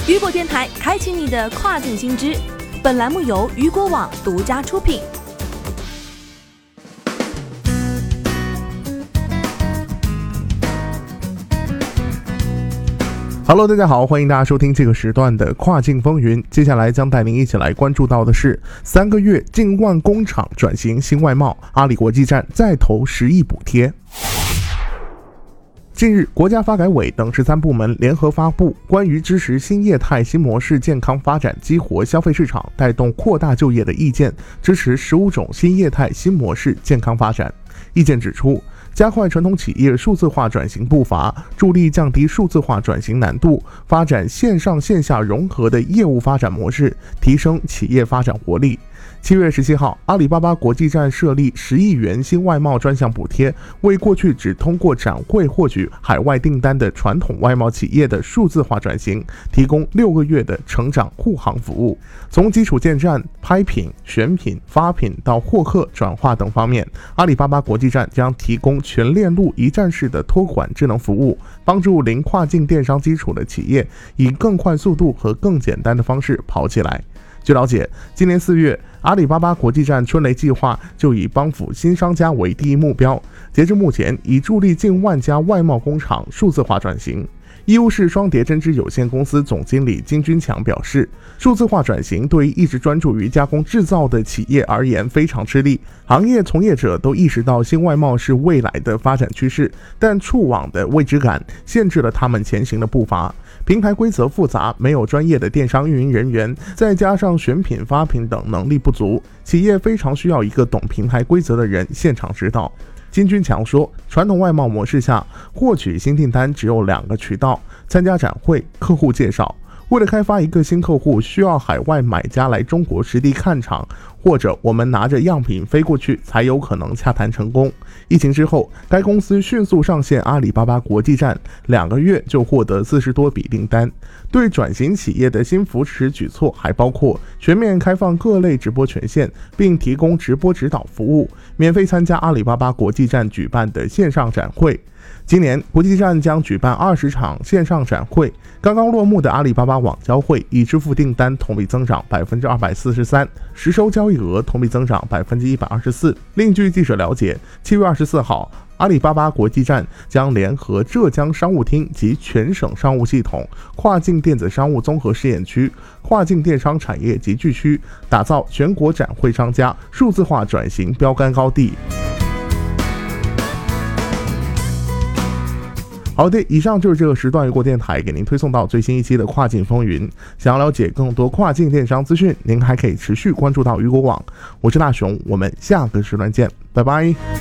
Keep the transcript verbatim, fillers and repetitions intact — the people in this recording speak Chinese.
雨果电台开启你的跨境新知，本栏目由雨果网独家出品。 Hello， 大家好，欢迎大家收听这个时段的跨境风云。接下来将带您一起来关注到的是，三个月近万工厂转型新外贸，阿里国际站再投十亿补贴。近日，国家发改委等十三部门联合发布关于支持新业态新模式健康发展、激活消费市场、带动扩大就业的意见，支持十五种新业态新模式健康发展。意见指出，加快传统企业数字化转型步伐，助力降低数字化转型难度，发展线上线下融合的业务发展模式，提升企业发展活力。七月十七号，阿里巴巴国际站设立十亿元新外贸专项补贴，为过去只通过展会获取海外订单的传统外贸企业的数字化转型提供六个月的成长护航服务。从基础建站、拍品、选品、发品到获客、转化等方面，阿里巴巴国际站将提供全链路一站式的托管智能服务，帮助零跨境电商基础的企业以更快速度和更简单的方式跑起来。据了解，今年四月，阿里巴巴国际站春雷计划就以帮扶新商家为第一目标，截至目前已助力近万家外贸工厂数字化转型。义乌市双蝶针织有限公司总经理金军强表示，数字化转型对于一直专注于加工制造的企业而言非常吃力，行业从业者都意识到新外贸是未来的发展趋势，但触网的未知感限制了他们前行的步伐。平台规则复杂，没有专业的电商运营人员，再加上选品发品等能力不足，企业非常需要一个懂平台规则的人现场指导。金军强说，传统外贸模式下，获取新订单只有两个渠道：参加展会、客户介绍。为了开发一个新客户，需要海外买家来中国实地看场，或者我们拿着样品飞过去才有可能洽谈成功。疫情之后，该公司迅速上线阿里巴巴国际站，两个月就获得四十多笔订单。对转型企业的新扶持举措还包括全面开放各类直播权限，并提供直播指导服务，免费参加阿里巴巴国际站举办的线上展会。今年国际站将举办二十场线上展会，刚刚落幕的阿里巴巴网交会以支付订单同比增长 百分之二百四十三， 实收交易额同比增长 百分之一百二十四。 另据记者了解，七月二十四号，阿里巴巴国际站将联合浙江商务厅及全省商务系统、跨境电子商务综合试验区、跨境电商产业集聚区，打造全国展会商家数字化转型标杆高地。好的，以上就是这个时段雨果电台给您推送到最新一期的跨境风云。想要了解更多跨境电商资讯，您还可以持续关注到雨果网。我是大熊，我们下个时段见，拜拜。